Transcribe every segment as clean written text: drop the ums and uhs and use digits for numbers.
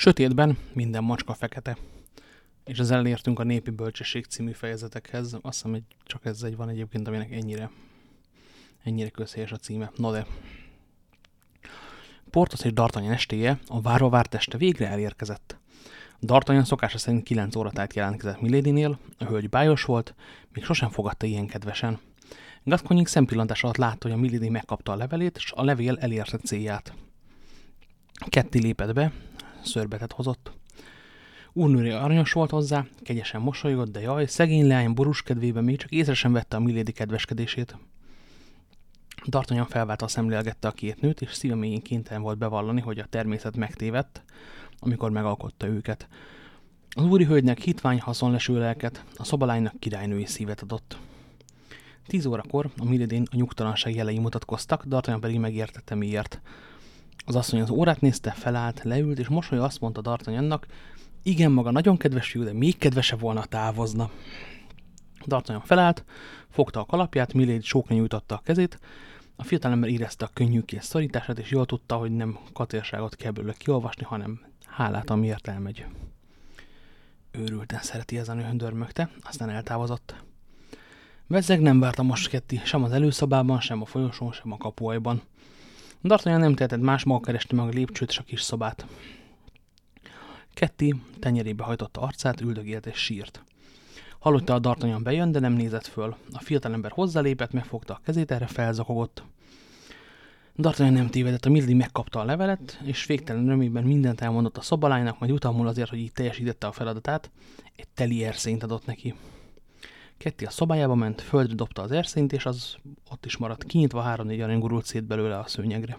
Sötétben minden macska fekete. És ezzel elértünk a Népi Bölcsesség című fejezetekhez. Azt hiszem, hogy csak ez egy van egyébként, aminek ennyire közhelyes a címe. No de. Porthos és D'Artagnan estéje, a várva várt este végre elérkezett. D'Artagnan szokása szerint 9 óra tájt jelentkezett Miladynél, a hölgy bájos volt, még sosem fogadta ilyen kedvesen. Gascoigne szempillantás alatt látta, hogy a Milady megkapta a levelét, és a levél elérte célját. Ketty lépett be, szörbetet hozott. Úrnőre aranyos volt hozzá, kegyesen mosolygott, de jaj, szegény leány borús kedvében még csak észre sem vette a Milady kedveskedését. D'Artagnan felváltva szemlélgette a két nőt, és szíve mélyén kénytelen volt bevallani, hogy a természet megtévedt, amikor megalkotta őket. Az úri hölgynek hitvány haszonleső lelket, a szobalánynak királynői szívet adott. 10 órakor a Milladyn a nyugtalanság jelei mutatkoztak, D'Artagnan pedig megértette miért. Az asszony az órát nézte, felállt, leült, és mosolya azt mondta D'Artagnannak, igen, maga nagyon kedves fiú, de még kedvesebb volna távozna. D'Artagnan felállt, fogta a kalapját, Milady csókra nyújtotta a kezét, a fiatalember érezte a könnyűkész szorítását, és jól tudta, hogy nem katérságot kell belőle kiolvasni, hanem hálát, amiért elmegy. Őrülten szereti ez a nő, dörmögte, aztán eltávozott. Bezzeg nem várta most Ketty, sem az előszobában, sem a folyosón, sem a kapuajban. D'Artagnan nem tehetett más, maga kereste meg a lépcsőt és a kis szobát. Ketty tenyerébe hajtotta arcát, üldögélt és sírt. Hallotta a D'Artagnan bejön, de nem nézett föl. A fiatalember hozzálépett, megfogta a kezét, erre felzakogott. D'Artagnan nem tévedett, a Milady megkapta a levelet, és végtelen örömében mindent elmondott a szobalánynak, majd utalmul azért, hogy így teljesítette a feladatát, egy teli erszényt adott neki. Ketty a szobájába ment, földre dobta az erszényt, és az ott is maradt kinyitva, 3-4 arany gurult szét belőle a szőnyegre.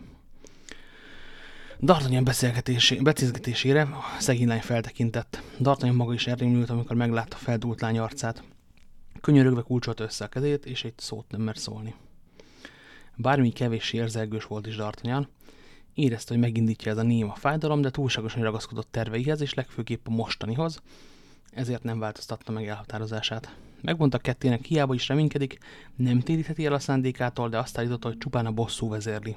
D'Artagnan becézgetésére a szegény lány feltekintett. D'Artagnan maga is elrémült, amikor meglátta feldúlt lány arcát. Könyörögve kulcsolta össze a kezét, és egy szót nem mert szólni. Bármi kevéssé érzelgős volt is D'Artagnan, érezte, hogy megindítja ez a néma fájdalom, de túlságosan ragaszkodott terveihez, és legfőképp a mostanihoz, ezért nem változtatta meg elhatározását. Megmondta Kettynek, hiába is reménykedik, nem térítheti el a szándékától, de azt állította, hogy csupán a bosszú vezérli.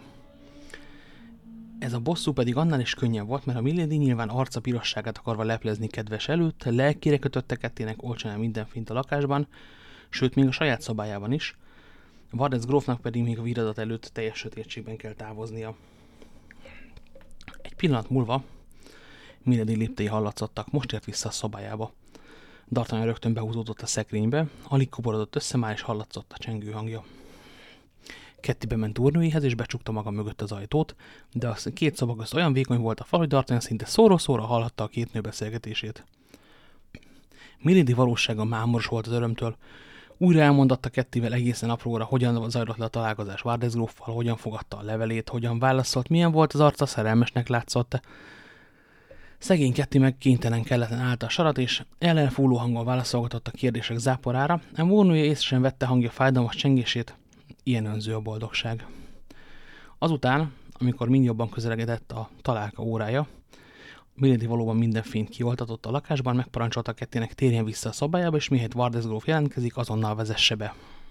Ez a bosszú pedig annál is könnyebb volt, mert a Milady nyilván arca pirosságát akarva leplezni kedves előtt, lelkére kötötte Kettynek olcsán el mindenfént a lakásban, sőt még a saját szobájában is, Vardez grófnak pedig még a viradat előtt teljes sötétségben kell távoznia. Egy pillanat múlva Milady léptei hallatszottak, most ért vissza a szobájába. D'Artagnan rögtön behúzódott a szekrénybe, alig kuporodott össze, már is hallatszott a csengő hangja. Ketty bement úrnőjéhez, és becsukta maga mögött az ajtót, de a két szoba közt olyan vékony volt a fal, hogy D'Artagnan szinte szóró-szóra hallhatta a két nő beszélgetését. Milady valósága mámoros volt az örömtől. Újra elmondatta Kettyvel egészen apróra, hogyan zajlott le a találkozás Vardez gróffal, hogyan fogadta a levelét, hogyan válaszolt, milyen volt az arca, szerelmesnek látszott. Szegény Ketty meg kénytelen kelletlen állta a sarat, és ellenfúló hangon válaszolgatott a kérdések záporára, ám úrnője észre sem vette hangja fájdalmas csengését. Ilyen önző a boldogság. Azután, amikor mind jobban közelegedett a találka órája, Milady valóban minden fényt kioltatott a lakásban, megparancsolta Kettynek, térjen vissza a szobájába, és mihelyt Vardez gróf jelentkezik, azonnal vezesse be.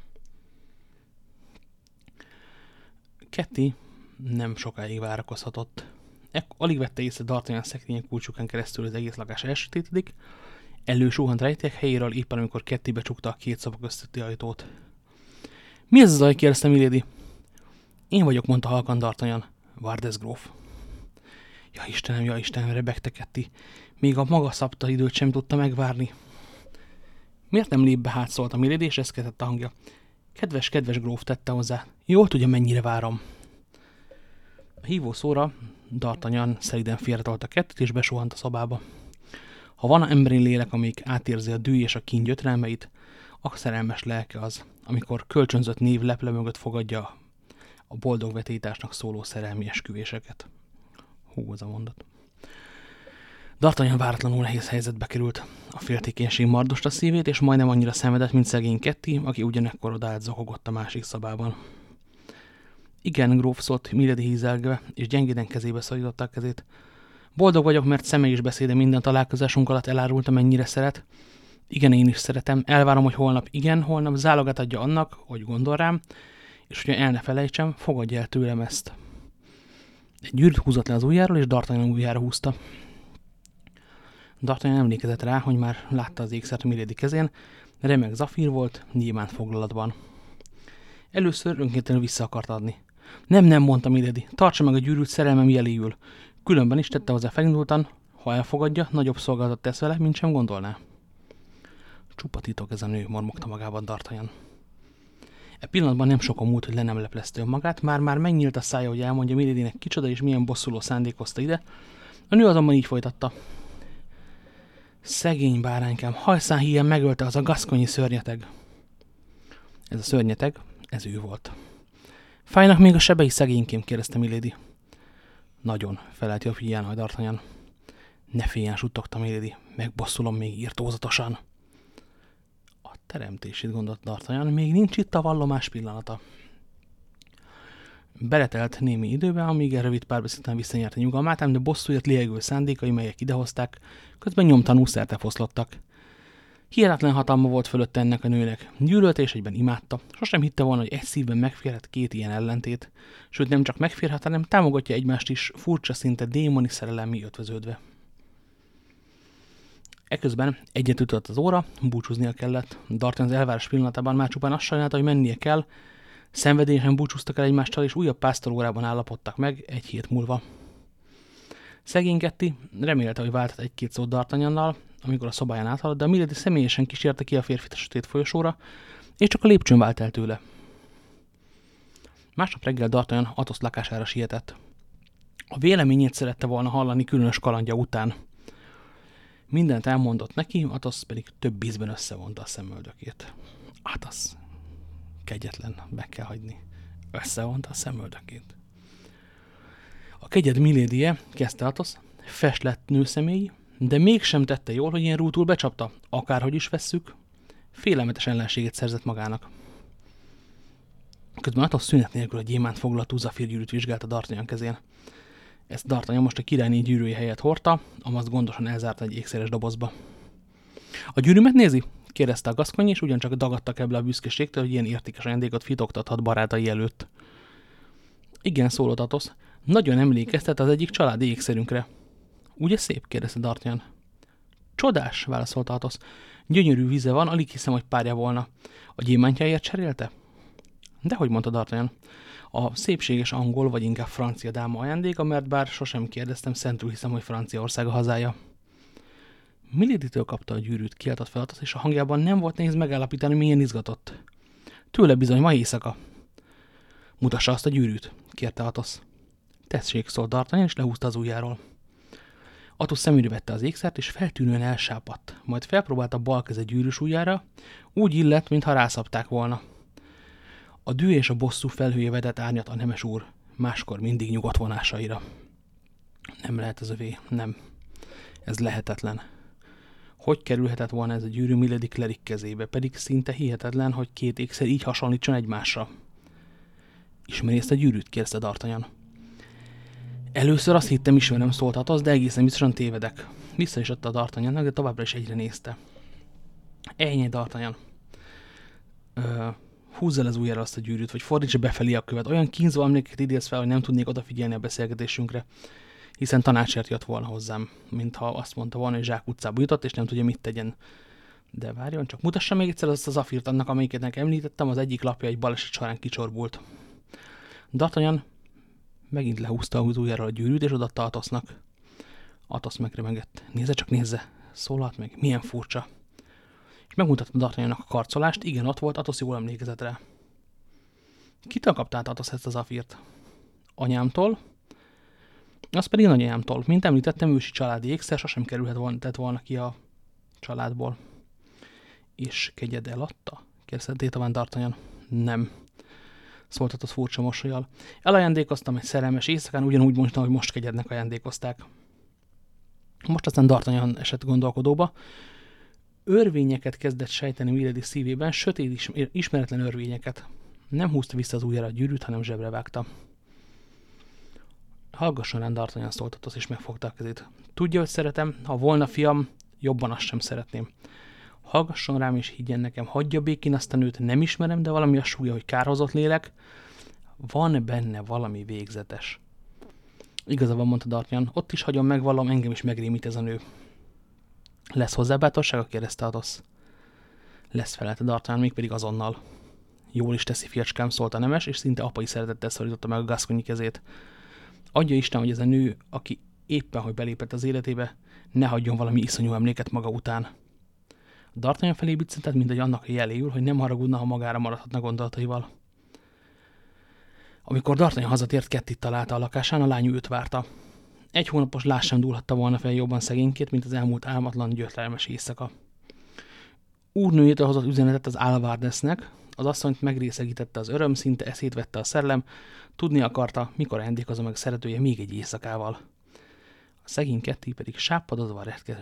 Ketty nem sokáig várakozhatott. Alig vette észre D'Artagnan szekrények kulcsukán keresztül az egész lakás elsötétedik, elősúhant rejtek helyéről éppen amikor Ketty becsukta a két szoba közötti ajtót. Mi ez az zaj? Kérdezte Milady. Én vagyok, mondta halkan D'Artagnan. Vardez gróf. Ja Istenem, rebegte Ketty. Még a maga szabta időt sem tudta megvárni. Miért nem lép be, hát szólt a Milady, és reszketett a hangja. Kedves gróf, tette hozzá. Jól tudja, mennyire várom. A hívó szóra D'Artagnan szeliden félretolta Kettyt, és besuhant a szobába. Ha van emberi lélek, amelyik átérzi a dű és a kín gyötrelmeit, a szerelmes lelke az, amikor kölcsönzött név leple mögött fogadja a boldog vetétásnak szóló szerelmi esküvéseket. Hú, az a mondat. D'Artagnan váratlanul nehéz helyzetbe került. A féltékenység mardosta szívét, és majdnem annyira szenvedett, mint szegény Ketty, aki ugyanekkor odállt zokogott a másik szobában. Igen, gróf, szólt Milady hízelgve, és gyengéden kezébe szorította a kezét. Boldog vagyok, mert személy is beszéde minden találkozásunk alatt elárulta, mennyire szeret. Igen, én is szeretem. Elvárom, hogy holnap zálogát adja annak, hogy gondol rám, és hogyha el ne felejtsem, fogadja el tőlem ezt. Egy gyűrűt húzott le az ujjáról, és D'Artagnan ujjára húzta. D'Artagnan emlékezett rá, hogy már látta az ékszert a Milady kezén, remek zafír volt, gyémánt foglalatban. Először önkéntelenül vissza akart adni. Nem, mondta Milady, tartsa meg a gyűrűt szerelmem jeléül. Különben is tette hozzá felindultan, ha elfogadja, nagyobb szolgálatot tesz vele, mint sem gondolná. Csupa titok ez a nő, mormogta magában D'Artagnan. E pillanatban nem sokan múlt, hogy le nem leplezte önmagát, már megnyílt a szája, hogy elmondja Miladynek kicsoda és milyen bosszuló szándékozta ide. A nő azonban így folytatta. Szegény báránykám, hajszán híján megölte az a gaszkonyi szörnyeteg. Ez a szörnyeteg, ez ő volt. Fájnak még a sebei szegénykém, kérdezte Milady. Nagyon, felelt jobb híján majd D'Artagnan. Ne féljen, suttogta Milady, megbosszulom még irtózatosan. A teremtését gondolt D'Artagnan, még nincs itt a vallomás pillanata. Beletelt némi időbe, amíg a rövid párbeszéd után visszanyerte nyugalmát, ám de bosszúját lélegő szándékai, melyek idehozták, közben nyomtanul szerte foszlottak. Hihetetlen hatalma volt fölötte ennek a nőnek. Gyűlölte és egyben imádta. Sosem hitte volna, hogy egy szívben megférhet két ilyen ellentét, sőt nem csak megférhet, hanem támogatja egymást is furcsa, szinte démoni szerelemmé ötvöződve. Eközben egyet ütött az óra, búcsúznia kellett. D'Artagnan az elvárás pillanatában már csupán azt sajnálta, hogy mennie kell. Szenvedélyesen búcsúztak el egymástól, és újabb pásztorórában állapodtak meg egy hét múlva. Szegény Ketty remélte, hogy váltott egy-két szót D'Artagnannal, amikor a szobáján áthaladt, de a Milady személyesen kísérte ki a férfit a sötét folyosóra, és csak a lépcsőn vált el tőle. Másnap reggel D'Artagnan Athos lakására sietett. A véleményét szerette volna hallani különös kalandja után. Mindent elmondott neki, Athos pedig több ízben összevonta a szemöldökét. Athos, kegyetlen, meg kell hagyni. Összevonta a szemöldökét. A kegyed Milady-je, kezdte Athos, feslett nőszemély, de mégsem tette jól, hogy ilyen rútul becsapta. Akárhogy is vesszük, félelmetes ellenséget szerzett magának. Közben Athos szünet nélkül a gyémánt foglalatú zafírgyűrűt vizsgálta D'Artagnan kezén. Ezt D'Artagnan most a királyné gyűrűje helyett hordta, amazt gondosan elzárta egy ékszeres dobozba. A gyűrűmet nézi? Kérdezte a gaszkony, és ugyancsak dagadtak ebből a büszkeségtől, hogy ilyen értékes ajándékot fitoktathat barátai előtt. Igen, szólott Athos. Nagyon emlékeztet az egyik családi ékszerünkre. Ugye szép? Kérdezte D'Artagnan. Csodás, válaszolta Athos. Gyönyörű víze van, alig hiszem, hogy párja volna. A gyémántjáért cserélte? Dehogy, mondta D'Artagnan. A szépséges angol, vagy inkább francia dáma ajándéka, mert bár sosem kérdeztem, szentül hiszem, hogy Franciaország a hazája. Miladytől kapta a gyűrűt, kiáltott fel Athos, és a hangjában nem volt nehéz megállapítani, milyen izgatott. Tőle bizony, ma éjszaka. Mutassa azt a gyűrűt, kérte Athos. Tessék, szólt D'Artagnan, és lehúzta az ujjáról. Athos szemügyre vette az ékszert, és feltűnően elsápadt, majd felpróbálta bal keze gyűrűs ujjára, úgy illett, mintha rászapták volna. A dű és a bosszú felhője vetett árnyat a nemes úr, máskor mindig nyugodt vonásaira. Nem lehet ez övé, nem. Ez lehetetlen. Hogy kerülhetett volna ez a gyűrű Milady klerik kezébe, pedig szinte hihetetlen, hogy két ékszer így hasonlítson egymásra. Ismeri ezt a gyűrűt? Kérdezte D'Artagnan. Először azt hittem, ismerem, szólt Athos, de egészen biztosan tévedek. Vissza is adta a D'Artagnannak, de továbbra is egyre nézte. Ennyi, D'Artagnan. Húzz el az ujjára azt a gyűrűt, vagy fordítsa befelé a követ. Olyan kínzó emléket idéz fel, hogy nem tudnék odafigyelni a beszélgetésünkre, hiszen tanácsért jött volna hozzám, mintha azt mondta volna, hogy Zsák utcába jutott, és nem tudja, mit tegyen. De várjon, csak mutassa még egyszer azt a zafírt annak, amelyiket említettem, az egyik lapja egy baleset során kicsorbult. D'Artagnan megint lehúzta az ujjáról a gyűrűt, és odaadta Athosnak. Athos megremegett. Nézze, csak nézze! Szólalt meg, milyen furcsa. És megmutatta D'Artagnannak a karcolást, igen, ott volt, Athos jól emlékezett rá. Kitől kapta át Athos ezt a zafírt? Anyámtól? Az pedig nagyanyámtól. Mint említettem, ősi családi ékszer, sosem kerülhetett volna ki a családból. És kegyed eladta? Kérdezte tétován D'Artagnan. Nem. Szólt Athos furcsa mosollyal. Elajándékoztam egy szerelmes éjszakán, ugyanúgy mondtam, hogy most kegyednek ajándékozták. Most aztán D'Artagnan esett gondolkodóba. Örvényeket kezdett sejteni Milady szívében, sötét ismeretlen örvényeket. Nem húzta vissza az ujjára a gyűrűt, hanem zsebre vágta. Hallgasson rám, D'Artagnan, szólt Athos, és megfogta a kezét. Tudja, hogy szeretem, ha volna fiam, jobban azt sem szeretném. Hallgasson rám, és higgyen nekem, hagyja békén azt a nőt, nem ismerem, de valami azt súgja, hogy kárhozott lélek. Van benne valami végzetes. Igaza van, mondta D'Artagnan, ott is hagyom megvallom, engem is megrémít ez a nő. Lesz hozzá bátorsága? Kérdezte Athos. Lesz, felelte D'Artagnan, mégpedig azonnal. Jól is teszi, fiacskám, szólt a nemes, és szinte apai szeretettel szorította meg a Gascogni kezét. Adja Isten, hogy ez a nő, aki éppen hogy belépett az életébe, ne hagyjon valami iszonyú emléket maga után. D'Artagnan felé biccentett, mint egy annak a jeléül, hogy nem haragudna, ha magára maradhatna gondolataival. Amikor D'Artagnan hazatért, Kettit találta a lakásán, a lány őt várta. Egy hónapos láz sem dúlhatta volna fel jobban szegénykét, mint az elmúlt álmatlan, gyötrelmes éjszaka. Úrnőjétől hozott üzenetet az Alvardesnek, az asszonyt megrészegítette az öröm, szinte eszét vette a szerelem, tudni akarta, mikor ajándékozza meg a szeretője még egy éjszakával. A szegény Ketty pedig sápadozva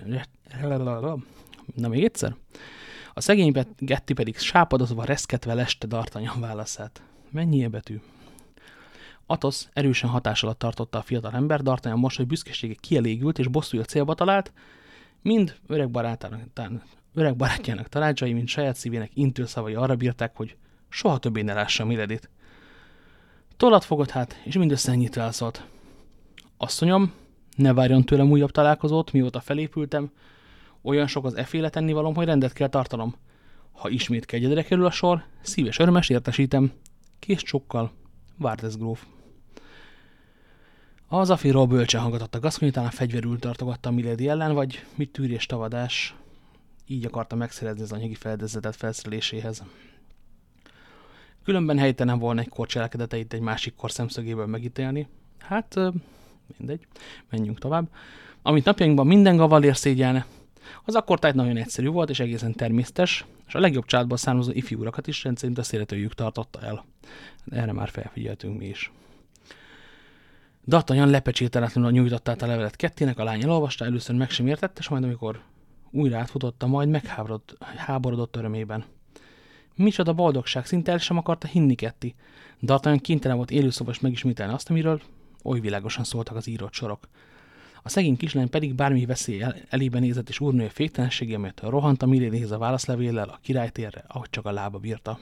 A szegény Ketty pedig sápadozva reszketve leste D'Artagnan válaszát. Mennyi betű? Athos erősen hatás alatt tartotta a fiatal ember, D'Artagnan most, hogy büszkesége kielégült és bosszúja célba talált, mind öreg barátjának tanácsai, mint saját szívének intőszavai arra bírták, hogy soha többé ne lássa Miladit. Tollat fogott hát, és mindössze ennyit elszólt. Asszonyom, ne várjon tőlem újabb találkozót, mióta felépültem, olyan sok az efféle tennivalom, hogy rendet kell tartanom. Ha ismét kegyedre kerül a sor, szíves örömes értesítem. Kész csokkal, Várdes gróf. Az aféról bölcsen hallgatott a Gascogny, talán fegyverül tartogatta a Milady ellen, vagy mit tűrés tavadás. Így akarta megszerezni az anyagi fedezetet felszereléséhez. Különben helytelen volna egy kor cselekedeteit egy másik kor szemszögéből megítélni. Hát, mindegy, menjünk tovább. Amit napjainkban minden gavallér szégyelne, az akkortájt nagyon egyszerű volt és egészen természetes, és a legjobb családból származó ifjú urakat is rendszerint a szeretőjük tartotta el. Erre már felfigyeltünk mi is. D'Artagnan lepecsételetlenül nyújtotta át a levelet Kettinek, a lány elolvasta, először meg sem értette, és majd amikor újra átfutotta, majd megháborodott örömében. Micsoda boldogság, szinte el sem akarta hinni Ketty. D'Artagnan kénytelen volt élőszobas megismételni azt, amiről oly világosan szóltak az írott sorok. A szegény kislány pedig bármi veszély elébe nézett, és úrnője féktelensége miatt rohant a Miladyhez a válaszlevéllel a királytérre, ahogy csak a lába bírta.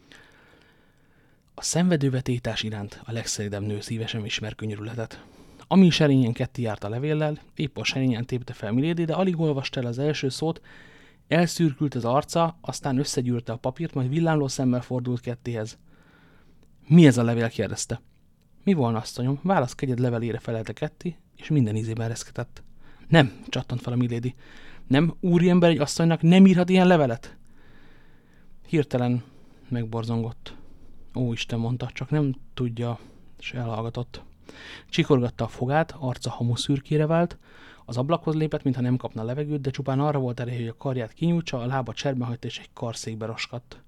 A szenvedővetétás iránt a legszerédebb nő szíve sem ismer könyörületet. Ami serényen Ketty járt a levéllel, épp a serényen tépte fel Milady, de alig olvasta el az első szót, elszürkült az arca, aztán összegyűrte a papírt, majd villámló szemmel fordult Kettyhez. Mi ez a levél? Kérdezte. Mi volna, asszonyom? Válasz kegyed levelére felelte Ketty, és minden ízében reszketett. Nem, csattant fel a Milady. Nem, úriember egy asszonynak nem írhat ilyen levelet? Hirtelen megborzongott. Ó, Isten, mondta, csak nem tudja, és elhallgatott. Csikorgatta a fogát, arca hamuszürkére vált, az ablakhoz lépett, mintha nem kapna levegőt, de csupán arra volt ereje, hogy a karját kinyújtsa, a lába cserben hagyta, és egy karszékbe roskadt.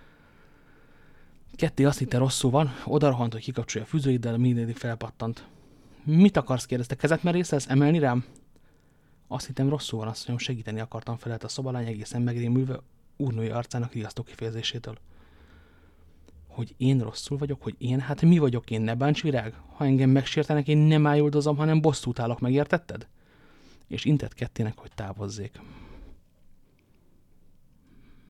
Ketty azt hitte, rosszul van, odarohant, hogy kikapcsolja a fűzőit, de a Milady felpattant. Mit akarsz? Kérdezte, kezet merészelsz? Emelni rám? Azt hittem, rosszul van, asszonyom, segíteni akartam, felelt a szobalány egészen megrémülve úrnői arcának riasztó kifejezésétől. Hogy én rosszul vagyok, hogy én? Hát mi vagyok én, ne bánts virág? Ha engem megsértenek, én nem ájuldozom, hanem bosszút állok, megértetted? És intett Kettynek, hogy távozzék.